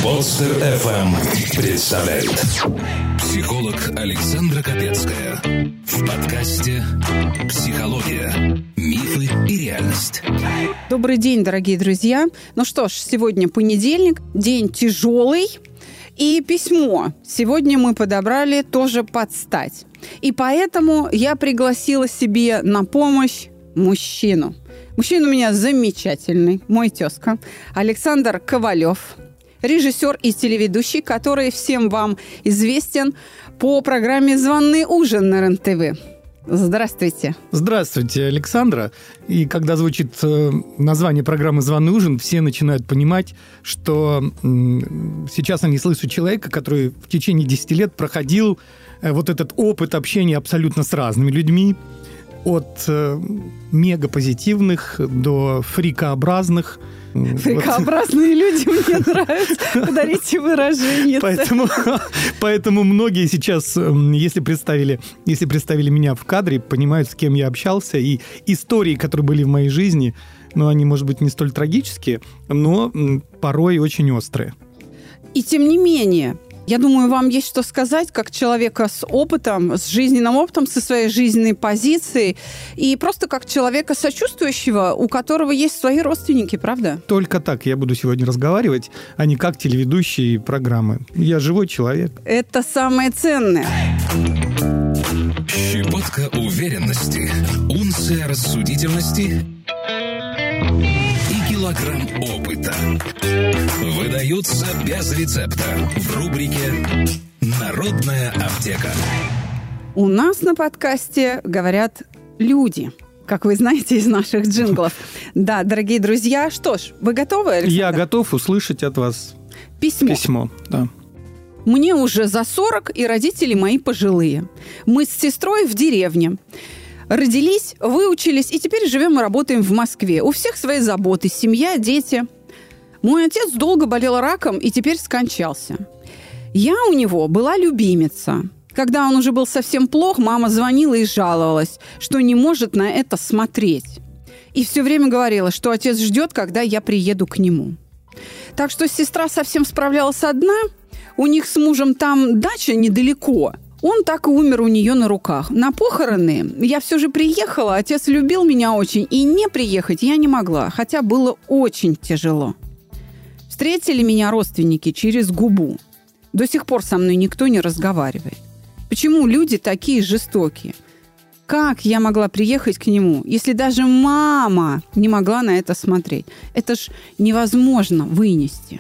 Podster.FM представляет психолог Александра Капецкая в подкасте «Психология. Мифы и реальность». Добрый день, дорогие друзья. Ну что ж, сегодня понедельник, день тяжелый. И письмо сегодня мы подобрали тоже под стать. И поэтому я пригласила себе на помощь мужчину. Мужчина у меня замечательный, мой тезка, Александр Ковалев, режиссер и телеведущий, который всем вам известен по программе «Званый ужин» на РЕН-ТВ. Здравствуйте. Здравствуйте, Александра. И когда звучит название программы «Званый ужин», все начинают понимать, что сейчас они слышат человека, который в течение 10 лет проходил вот этот опыт общения абсолютно с разными людьми, от мегапозитивных до фрикообразных. Фрикообразные люди мне нравятся. Подарите выражение. Поэтому многие сейчас, если представили меня в кадре, понимают, с кем я общался. И истории, которые были в моей жизни, они, может быть, не столь трагические, но порой очень острые. И тем не менее, я думаю, вам есть что сказать, как человека с опытом, с жизненным опытом, со своей жизненной позицией, и просто как человека сочувствующего, у которого есть свои родственники, правда? Только так я буду сегодня разговаривать, а не как телеведущий программы. Я живой человек. Это самое ценное. Щепотка уверенности, унция рассудительности и килограмм опыта выдаются без рецепта в рубрике «Народная аптека». У нас на подкасте говорят люди, как вы знаете из наших джинглов. Да, дорогие друзья, что ж, вы готовы, Александр? Я готов услышать от вас письмо. Да. Мне уже за 40, и родители мои пожилые. Мы с сестрой в деревне. Родились, выучились, и теперь живем и работаем в Москве. У всех свои заботы, семья, дети. Мой отец долго болел раком и теперь скончался. Я у него была любимица. Когда он уже был совсем плох, мама звонила и жаловалась, что не может на это смотреть. И все время говорила, что отец ждет, когда я приеду к нему. Так что сестра совсем справлялась одна. У них с мужем там дача недалеко. Он так и умер у нее на руках. На похороны я все же приехала, отец любил меня очень, и не приехать я не могла, хотя было очень тяжело. Встретили меня родственники через губу. До сих пор со мной никто не разговаривает. Почему люди такие жестокие? Как я могла приехать к нему, если даже мама не могла на это смотреть? Это ж невозможно вынести.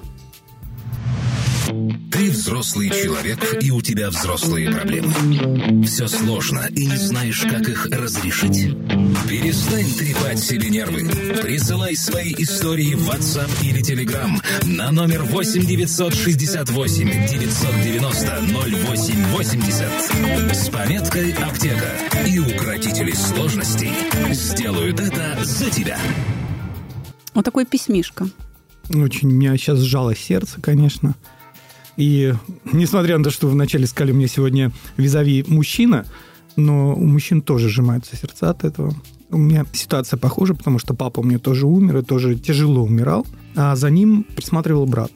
Ты взрослый человек, и у тебя взрослые проблемы. Все сложно, и не знаешь, как их разрешить? Перестань трепать себе нервы. Присылай свои истории в WhatsApp или Telegram на номер 8 968 990 0880 с пометкой «Аптека». И укротители сложностей сделают это за тебя. Вот такое письмишко. Очень меня сейчас сжало сердце, конечно. И несмотря на то, что вы вначале сказали, у меня сегодня визави мужчина, но у мужчин тоже сжимаются сердца от этого. У меня ситуация похожа, потому что папа у меня тоже умер и тоже тяжело умирал, а за ним присматривал брат.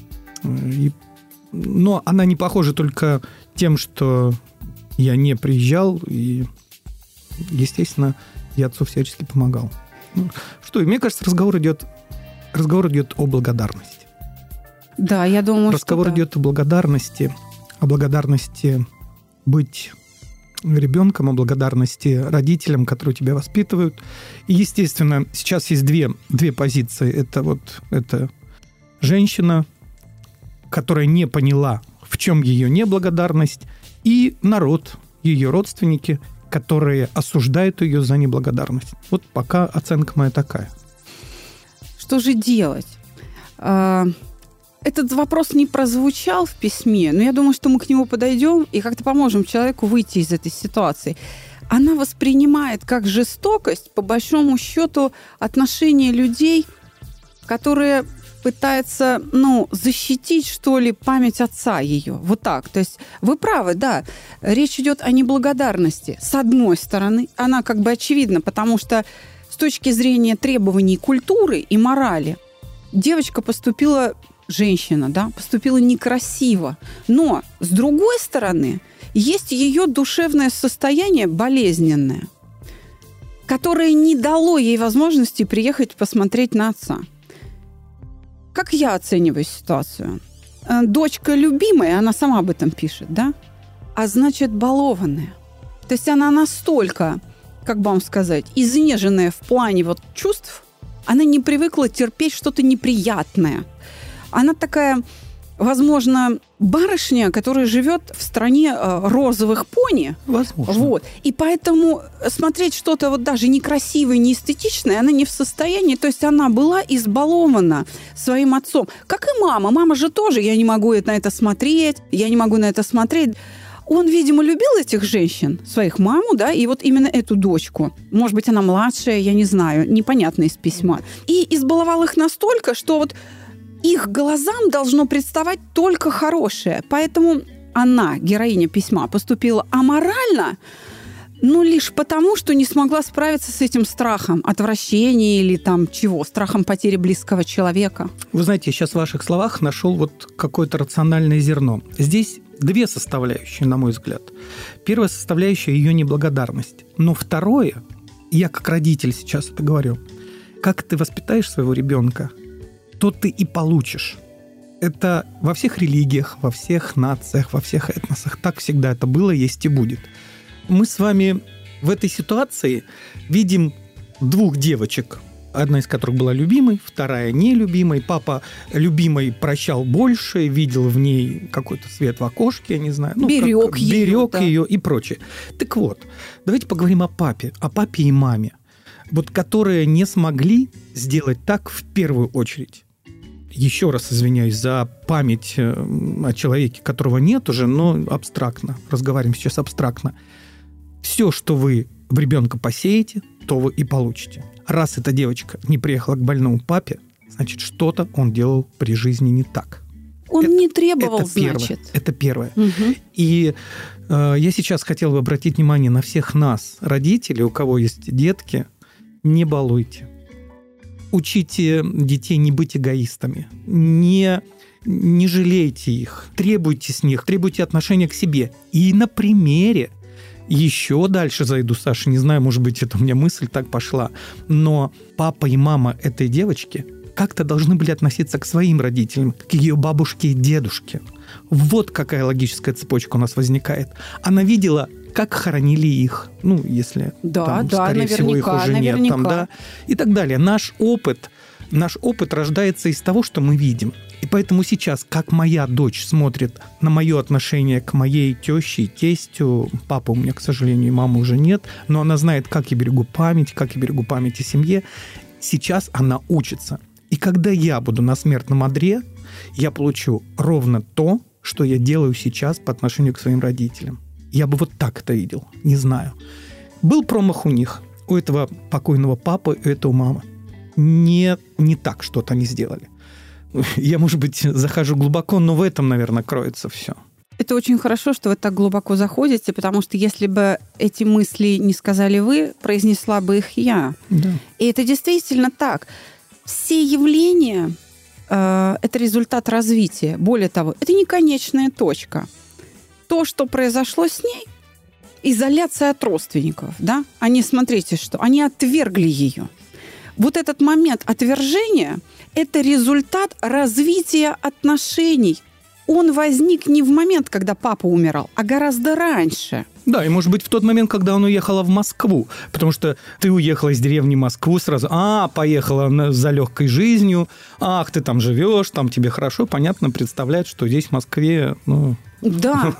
Но она не похожа только тем, что я не приезжал, и, естественно, я отцу всячески помогал. Что, и мне кажется, разговор идет о благодарности. Да, я думаю, разговор что идет о благодарности быть ребенком, о благодарности родителям, которые тебя воспитывают. И, естественно, сейчас есть две позиции. Это женщина, которая не поняла, в чем ее неблагодарность, и народ, ее родственники, которые осуждают ее за неблагодарность. Вот пока оценка моя такая. Что же делать? Этот вопрос не прозвучал в письме, но я думаю, что мы к нему подойдем и как-то поможем человеку выйти из этой ситуации. Она воспринимает как жестокость, по большому счету, отношения людей, которые пытаются, защитить, что ли, память отца ее. Вот так. То есть вы правы, да. Речь идет о неблагодарности. С одной стороны, она как бы очевидна, потому что с точки зрения требований культуры и морали девочка поступила женщина, да, поступила некрасиво. Но, с другой стороны, есть ее душевное состояние болезненное, которое не дало ей возможности приехать посмотреть на отца. Как я оцениваю ситуацию? Дочка любимая, она сама об этом пишет, да? А значит, балованная. То есть она настолько, как бы вам сказать, изнеженная в плане вот чувств, она не привыкла терпеть что-то неприятное. Она такая, возможно, барышня, которая живет в стране розовых пони. Возможно. Вот. И поэтому смотреть что-то вот даже некрасивое, неэстетичное, она не в состоянии. То есть она была избалована своим отцом. Как и мама. Мама же тоже, я не могу на это смотреть, я не могу на это смотреть. Он, видимо, любил этих женщин, своих маму, да, и вот именно эту дочку. Может быть, она младшая, я не знаю, непонятно из письма. И избаловал их настолько, что вот их глазам должно представать только хорошее. Поэтому она, героиня письма, поступила аморально, но лишь потому, что не смогла справиться с этим страхом отвращения или там чего, страхом потери близкого человека. Вы знаете, я сейчас в ваших словах нашел вот какое-то рациональное зерно. Здесь две составляющие, на мой взгляд. Первая составляющая – ее неблагодарность. Но второе, я как родитель сейчас это говорю, как ты воспитаешь своего ребенка, то ты и получишь. Это во всех религиях, во всех нациях, во всех этносах. Так всегда это было, есть и будет. Мы с вами в этой ситуации видим двух девочек, одна из которых была любимой, вторая нелюбимой. Папа любимой прощал больше, видел в ней какой-то свет в окошке, я не знаю. Берег ее и прочее. Так вот, давайте поговорим о папе и маме, вот которые не смогли сделать так в первую очередь. Еще раз извиняюсь за память о человеке, которого нет уже, но абстрактно. Разговариваем сейчас абстрактно. Все, что вы в ребенка посеете, то вы и получите. Раз эта девочка не приехала к больному папе, значит, что-то он делал при жизни не так. Он не требовал, значит. Это первое. Угу. И я сейчас хотел бы обратить внимание на всех нас, родителей, у кого есть детки, не балуйте. Учите детей не быть эгоистами, не жалейте их, требуйте с них, требуйте отношения к себе. И на примере, еще дальше зайду, Саша, не знаю, может быть, это у меня мысль так пошла, но папа и мама этой девочки как-то должны были относиться к своим родителям, к ее бабушке и дедушке. Вот какая логическая цепочка у нас возникает. Она видела, как хоронили их, если там, скорее всего, их уже нет, там, да, и так далее. Наш опыт рождается из того, что мы видим. И поэтому сейчас, как моя дочь смотрит на мое отношение к моей теще и тестю, папы у меня, к сожалению, и мамы уже нет, но она знает, как я берегу память о семье, сейчас она учится. И когда я буду на смертном одре, я получу ровно то, что я делаю сейчас по отношению к своим родителям. Я бы вот так это видел, не знаю. Был промах у них, у этого покойного папы, у этого мамы. Не так что-то они сделали. Я, может быть, захожу глубоко, но в этом, наверное, кроется все. Это очень хорошо, что вы так глубоко заходите, потому что если бы эти мысли не сказали вы, произнесла бы их я. Да. И это действительно так. Все явления это результат развития. Более того, это не конечная точка. То, что произошло с ней, изоляция от родственников, да? Они, смотрите, что они отвергли ее. Вот этот момент отвержения – это результат развития отношений. Он возник не в момент, когда папа умирал, а гораздо раньше. Да, и, может быть, в тот момент, когда она уехала в Москву. Потому что ты уехала из деревни в Москву сразу. Поехала за легкой жизнью. Ах, ты там живешь, там тебе хорошо. Понятно, представляет, что здесь, в Москве, Да,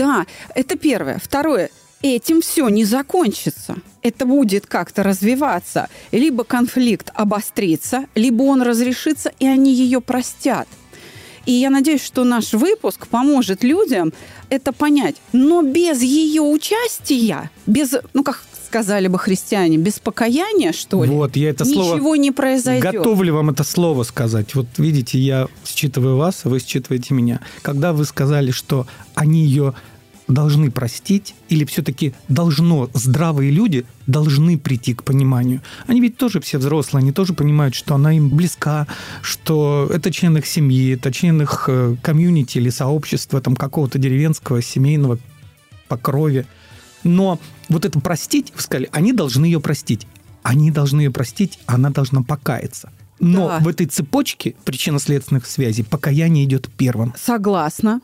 это первое. Второе. Этим все не закончится. Это будет как-то развиваться. Либо конфликт обострится, либо он разрешится, и они ее простят. И я надеюсь, что наш выпуск поможет людям это понять. Но без ее участия, без, как сказали бы христиане, без покаяния, что ли, вот, я это ничего слово не произойдет. Готовлю вам это слово сказать. Вот видите, я считываю вас, а вы считываете меня. Когда вы сказали, что они ее должны простить, или все-таки здравые люди должны прийти к пониманию? Они ведь тоже все взрослые, они тоже понимают, что она им близка, что это член их семьи, это член их комьюнити или сообщества там, какого-то деревенского, семейного по крови. Но вот это простить, вы сказали, они должны ее простить. Они должны ее простить, она должна покаяться. Но в этой цепочке причинно-следственных связей покаяние идет первым. Согласна.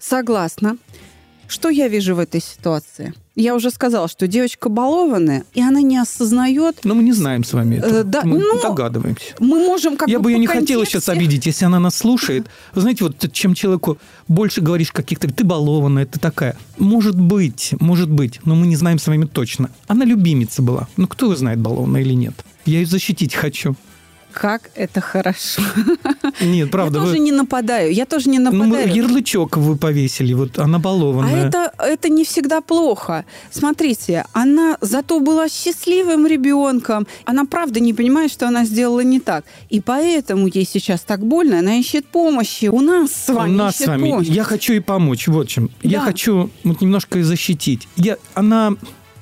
Что я вижу в этой ситуации? Я уже сказала, что девочка балованная, и она не осознает... Но мы не знаем с вами этого. Мы догадываемся. Мы можем Я бы ее не хотела сейчас обидеть, если она нас слушает. Вы знаете, вот чем человеку больше говоришь каких-то... Ты балованная, ты такая. Может быть, но мы не знаем с вами точно. Она любимица была. Ну, кто ее знает, балованная или нет? Я ее защитить хочу. Как это хорошо. Нет, правда. Я тоже не нападаю. Ну, ярлычок вы повесили, вот она балованная. А это не всегда плохо. Смотрите, она зато была счастливым ребенком. Она правда не понимает, что она сделала не так. И поэтому ей сейчас так больно. Она ищет помощи. У нас с вами ищет помощь. Я хочу ей помочь. Вот чем. Да. Я хочу вот немножко ее защитить. Она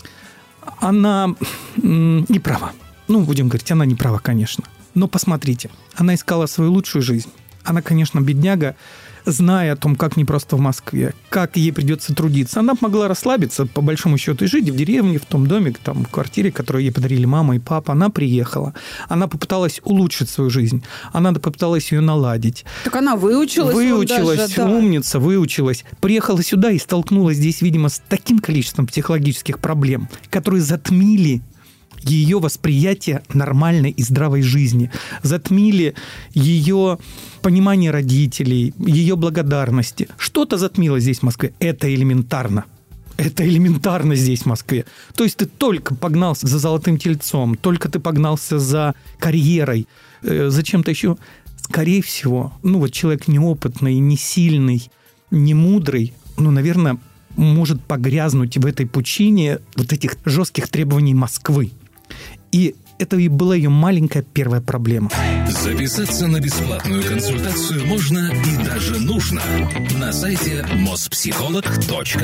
не права. Ну, будем говорить, она не права, конечно. Но посмотрите, она искала свою лучшую жизнь. Она, конечно, бедняга, зная о том, как непросто в Москве, как ей придется трудиться. Она могла расслабиться, по большому счету, и жить в деревне, в том доме, там, в квартире, которую ей подарили мама и папа. Она приехала. Она попыталась улучшить свою жизнь. Она попыталась ее наладить. Так она выучилась. Умница, выучилась. Приехала сюда и столкнулась здесь, видимо, с таким количеством психологических проблем, которые затмили ее восприятие нормальной и здравой жизни, затмили ее понимание родителей, ее благодарности. Что-то затмило здесь, в Москве. Это элементарно. Это элементарно здесь, в Москве. То есть ты только погнался за золотым тельцом, только ты погнался за карьерой, за чем-то еще. Скорее всего, вот человек неопытный, не сильный, не мудрый, наверное, может погрязнуть в этой пучине вот этих жестких требований Москвы. И это и была ее маленькая первая проблема. Записаться на бесплатную консультацию можно и даже нужно на сайте mospsycholog.ru.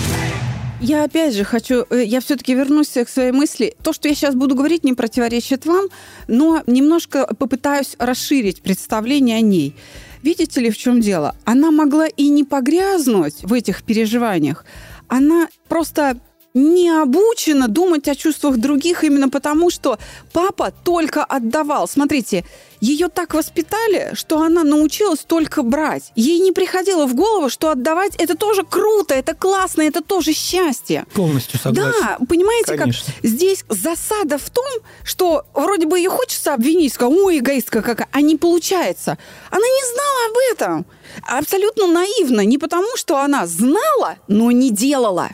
Я опять же я все-таки вернусь к своей мысли. То, что я сейчас буду говорить, не противоречит вам, но немножко попытаюсь расширить представление о ней. Видите ли, в чем дело? Она могла и не погрязнуть в этих переживаниях. Она просто не обучена думать о чувствах других именно потому, что папа только отдавал. Смотрите, ее так воспитали, что она научилась только брать. Ей не приходило в голову, что отдавать – это тоже круто, это классно, это тоже счастье. Полностью согласен. Да, понимаете, конечно. Как здесь засада в том, что вроде бы ее хочется обвинить, сказать, ой, эгоистка какая, а не получается. Она не знала об этом. Абсолютно наивно. Не потому, что она знала, но не делала.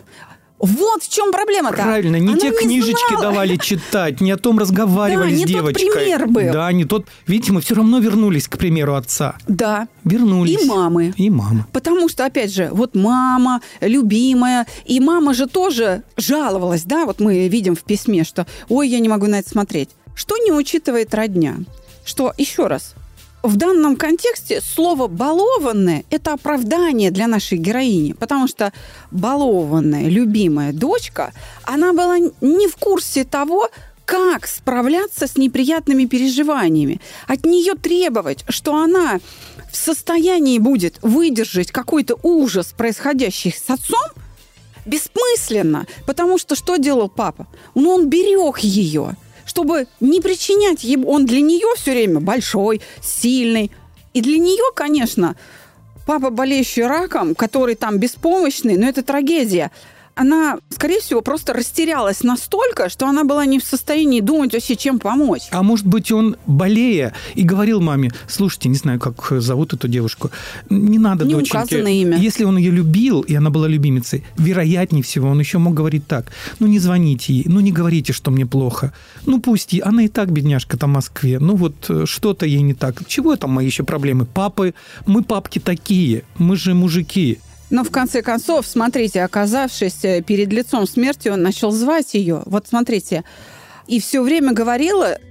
Вот в чем проблема-то. Правильно, не те книжечки давали читать, не о том разговаривали с девочкой. Да, не тот пример был. Да, не тот. Видите, мы все равно вернулись к примеру отца. Да. Вернулись. И мамы. Потому что, опять же, вот мама, любимая, и мама же тоже жаловалась, да, вот мы видим в письме, что ой, я не могу на это смотреть. Что не учитывает родня? Что, еще раз, в данном контексте слово «балованная» – это оправдание для нашей героини, потому что балованная, любимая дочка, она была не в курсе того, как справляться с неприятными переживаниями. От нее требовать, что она в состоянии будет выдержать какой-то ужас, происходящий с отцом, бессмысленно, потому что делал папа? Он берег ее, чтобы не причинять ей... Он для нее все время большой, сильный. И для нее, конечно, папа, болеющий раком, который там беспомощный, но это трагедия. Она, скорее всего, просто растерялась настолько, что она была не в состоянии думать вообще, чем помочь. А может быть, он, болея, и говорил маме, слушайте, не знаю, как зовут эту девушку, не надо, не доченьке. Указано имя. Если он ее любил, и она была любимицей, вероятнее всего, он еще мог говорить так, не звоните ей, не говорите, что мне плохо, пусть ей, она и так бедняжка там в Москве, что-то ей не так. Чего там мои еще проблемы? Папы, мы папки такие, мы же мужики. Но в конце концов, смотрите, оказавшись перед лицом смерти, он начал звать ее. Вот смотрите. И все время говорила,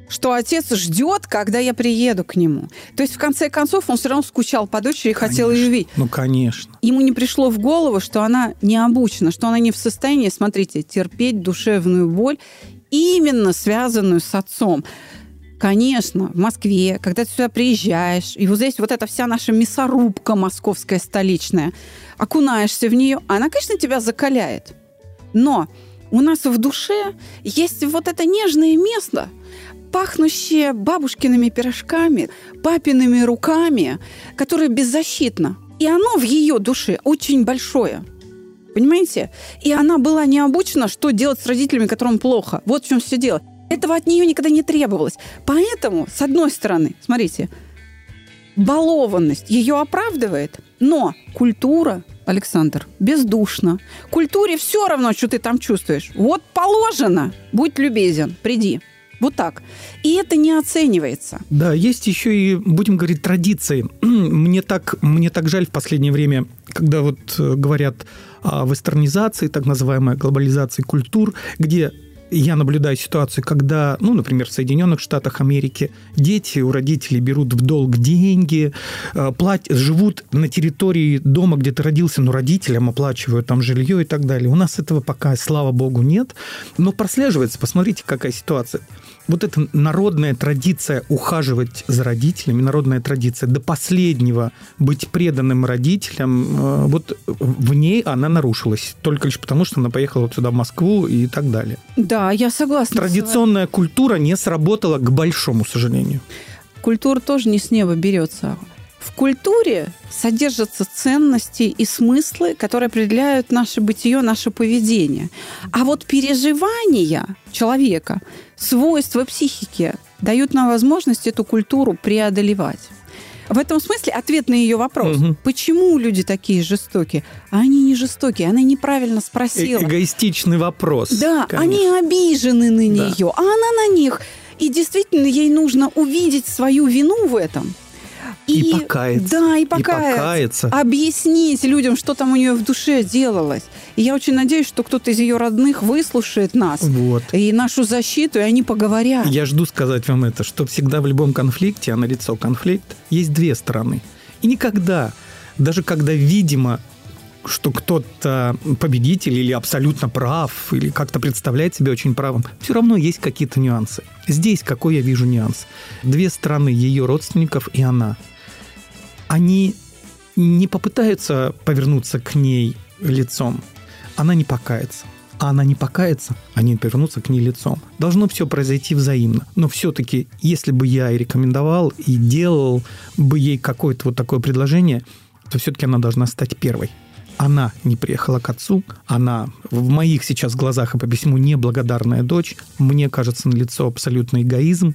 что отец ждет, когда я приеду к нему. То есть, в конце концов, он все равно скучал по дочери и хотел ее видеть. Ну, конечно. Ему не пришло в голову, что она не обучена, что она не в состоянии, смотрите, терпеть душевную боль, именно связанную с отцом. Конечно, в Москве, когда ты сюда приезжаешь, и вот здесь вот эта вся наша мясорубка московская столичная, окунаешься в нее, она, конечно, тебя закаляет. Но у нас в душе есть вот это нежное место, пахнущее бабушкиными пирожками, папиными руками, которое беззащитно. И оно в ее душе очень большое. Понимаете? И она была не обучена, что делать с родителями, которым плохо. Вот в чем все дело. Этого от нее никогда не требовалось. Поэтому, с одной стороны, смотрите, балованность ее оправдывает, но культура, Александр, бездушна. Культуре все равно, что ты там чувствуешь. Вот положено, будь любезен, приди. Вот так. И это не оценивается. Да, есть еще и, будем говорить, традиции. Мне так жаль в последнее время, когда вот говорят о вестернизации, так называемой глобализации культур, где я наблюдаю ситуацию, когда, например, в Соединенных Штатах Америки дети у родителей берут в долг деньги, живут на территории дома, где ты родился, но родителям оплачивают там жилье и так далее. У нас этого пока, слава богу, нет. Но прослеживается, посмотрите, какая ситуация. Вот эта народная традиция ухаживать за родителями, народная традиция до последнего быть преданным родителям, вот в ней она нарушилась. Только лишь потому, что она поехала вот сюда, в Москву и так далее. Да, я согласна. Традиционная культура не сработала, к большому сожалению. Культура тоже не с неба берется. В культуре содержатся ценности и смыслы, которые определяют наше бытие, наше поведение. А вот переживания человека, свойства психики дают нам возможность эту культуру преодолевать. В этом смысле ответ на ее вопрос. Почему люди такие жестокие? А они не жестокие, она неправильно спросила. Эгоистичный вопрос. Да, конечно. они обижены на нее, а она на них. И действительно, ей нужно увидеть свою вину в этом. И покаяться. Да, и покаяться. Объяснить людям, что там у нее в душе делалось. И я очень надеюсь, что кто-то из ее родных выслушает нас. Вот. И нашу защиту, и они поговорят. Я жду сказать вам это, что всегда в любом конфликте, а налицо конфликт, есть две стороны. И никогда, даже когда видимо, что кто-то победитель или абсолютно прав, или как-то представляет себя очень правым, все равно есть какие-то нюансы. Здесь какой я вижу нюанс? Две стороны, ее родственников и она. Они не попытаются повернуться к ней лицом. Она не покается. А она не покается, они повернутся к ней лицом. Должно все произойти взаимно. Но все-таки, если бы я и рекомендовал, и делал бы ей какое-то вот такое предложение, то все-таки она должна стать первой. Она не приехала к отцу, она в моих сейчас глазах и по письму неблагодарная дочь. Мне кажется, налицо абсолютный эгоизм.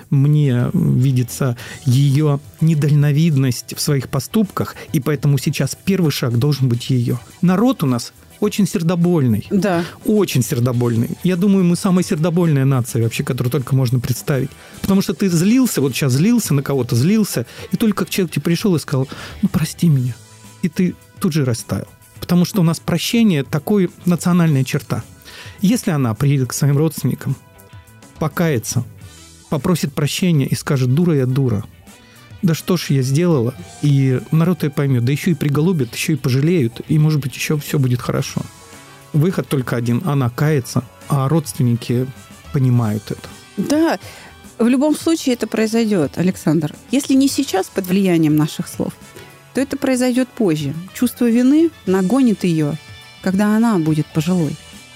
Мне видится ее недальновидность в своих поступках, и поэтому сейчас первый шаг должен быть ее. Народ у нас очень сердобольный. Да. Очень сердобольный. Я думаю, мы самая сердобольная нация вообще, которую только можно представить. Потому что ты злился, вот сейчас злился, на кого-то злился, и только к человеку тебе пришел и сказал, прости меня. И ты тут же растаял. Потому что у нас прощение – такой национальная черта. Если она приедет к своим родственникам, покается, попросит прощения и скажет, дура я дура, да что ж я сделала, и народ ее поймет, да еще и приголубят, еще и пожалеют, и, может быть, еще все будет хорошо. Выход только один – она кается, а родственники понимают это. Да, в любом случае это произойдет, Александр. Если не сейчас под влиянием наших слов, то это произойдет позже. Чувство вины нагонит ее, когда она будет пожилой.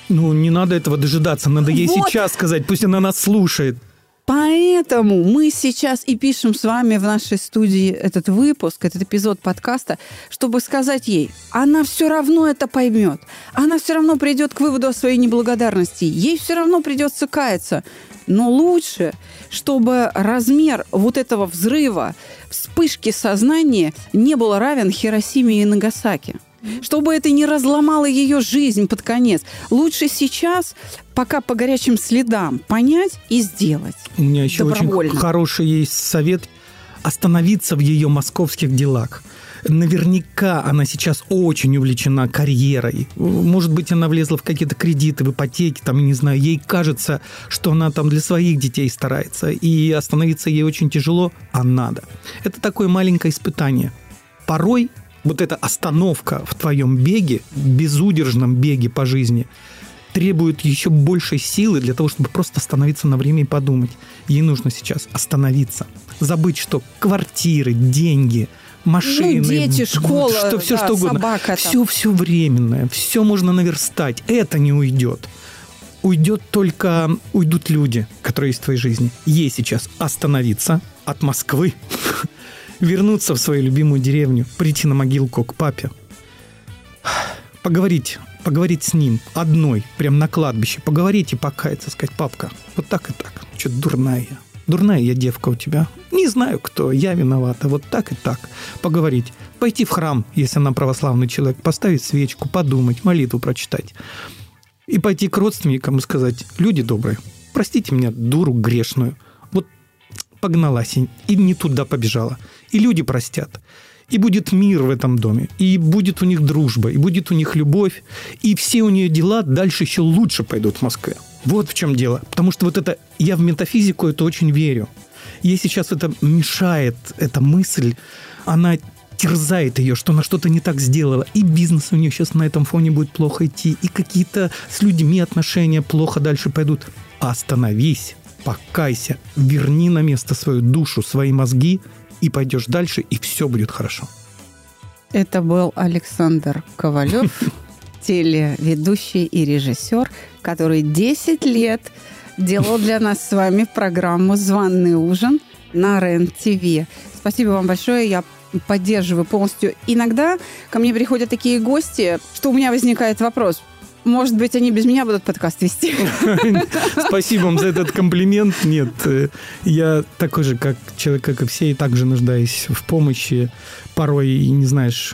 Не надо этого дожидаться, надо ей сейчас сказать, пусть она нас слушает. Поэтому мы сейчас и пишем с вами в нашей студии этот выпуск, этот эпизод подкаста, чтобы сказать ей, она все равно это поймет, она все равно придет к выводу о своей неблагодарности, ей все равно придется каяться. Но лучше, чтобы размер вот этого взрыва, вспышки сознания не был равен Хиросиме и Нагасаки. Чтобы это не разломало ее жизнь под конец. Лучше сейчас, пока по горячим следам, понять и сделать. У меня еще очень хороший есть совет – остановиться в ее московских делах. Наверняка она сейчас очень увлечена карьерой. Может быть, она влезла в какие-то кредиты, в ипотеки, там, не знаю. Ей кажется, что она там для своих детей старается, и остановиться ей очень тяжело, а надо. Это такое маленькое испытание. Порой вот эта остановка в твоем беге, безудержном беге по жизни, требует еще большей силы для того, чтобы просто остановиться на время и подумать. Ей нужно сейчас остановиться. Забыть, что квартиры, деньги, машины, дети, школа, все что угодно. Собака. Все временное, все можно наверстать. Это не уйдет. Уйдут люди, которые есть в твоей жизни. Ей сейчас остановиться от Москвы, вернуться в свою любимую деревню, прийти на могилку к папе, поговорить с ним одной, прям на кладбище, поговорить и покаяться, сказать: папка, вот так и так, что-то дурная я девка у тебя, не знаю кто, я виновата, вот так и так, поговорить, пойти в храм, если она православный человек, поставить свечку, подумать, молитву прочитать, и пойти к родственникам и сказать: люди добрые, простите меня, дуру грешную, вот погналась и не туда побежала, и люди простят. И будет мир в этом доме, и будет у них дружба, и будет у них любовь, и все у нее дела дальше еще лучше пойдут в Москве. Вот в чем дело. Потому что вот это, я в метафизику это очень верю. Ей сейчас это мешает, эта мысль, она терзает ее, что она что-то не так сделала. И бизнес у нее сейчас на этом фоне будет плохо идти, и какие-то с людьми отношения плохо дальше пойдут. Остановись, покайся, верни на место свою душу, свои мозги, и пойдешь дальше, и все будет хорошо. Это был Александр Ковалев, телеведущий и режиссер, который 10 лет делал для нас с вами программу «Званый ужин» на РЕН-ТВ. Спасибо вам большое, я поддерживаю полностью. Иногда ко мне приходят такие гости, что у меня возникает вопрос: может быть, они без меня будут подкаст вести? Спасибо вам за этот комплимент. Нет, я такой же, как человек, как и все, и также нуждаюсь в помощи. Порой не знаешь,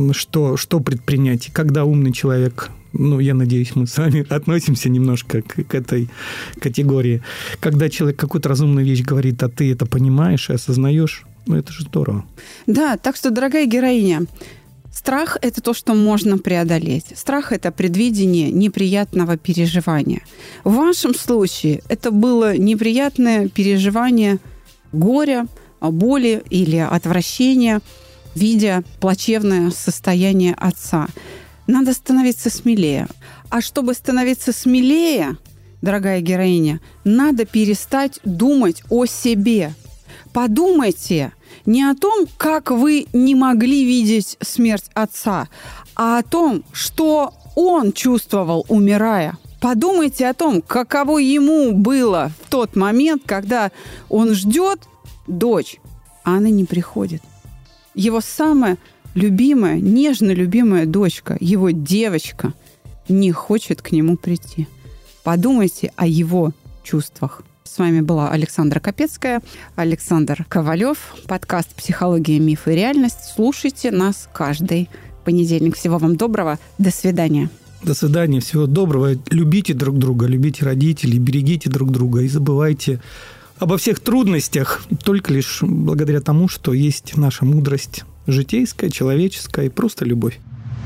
что предпринять. Когда умный человек, я надеюсь, мы с вами относимся немножко к этой категории. Когда человек какую-то разумную вещь говорит, а ты это понимаешь и осознаешь, это же здорово. Да, так что, дорогая героиня, страх – это то, что можно преодолеть. Страх – это предвидение неприятного переживания. В вашем случае это было неприятное переживание горя, боли или отвращения, видя плачевное состояние отца. Надо становиться смелее. А чтобы становиться смелее, дорогая героиня, надо перестать думать о себе. Подумайте не о том, как вы не могли видеть смерть отца, а о том, что он чувствовал, умирая. Подумайте о том, каково ему было в тот момент, когда он ждет дочь, а она не приходит. Его самая любимая, нежно любимая дочка, его девочка, не хочет к нему прийти. Подумайте о его чувствах. С вами была Александра Капецкая, Александр Ковалев, подкаст «Психология, миф и реальность». Слушайте нас каждый понедельник. Всего вам доброго. До свидания. До свидания. Всего доброго. Любите друг друга, любите родителей, берегите друг друга и забывайте обо всех трудностях только лишь благодаря тому, что есть наша мудрость житейская, человеческая и просто любовь.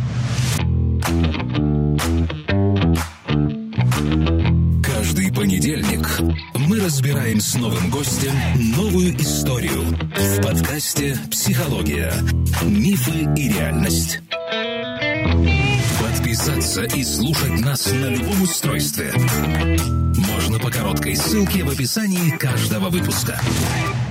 Каждый понедельник мы разбираем с новым гостем новую историю в подкасте «Психология. Мифы и реальность». Подписаться и слушать нас на любом устройстве можно по короткой ссылке в описании каждого выпуска.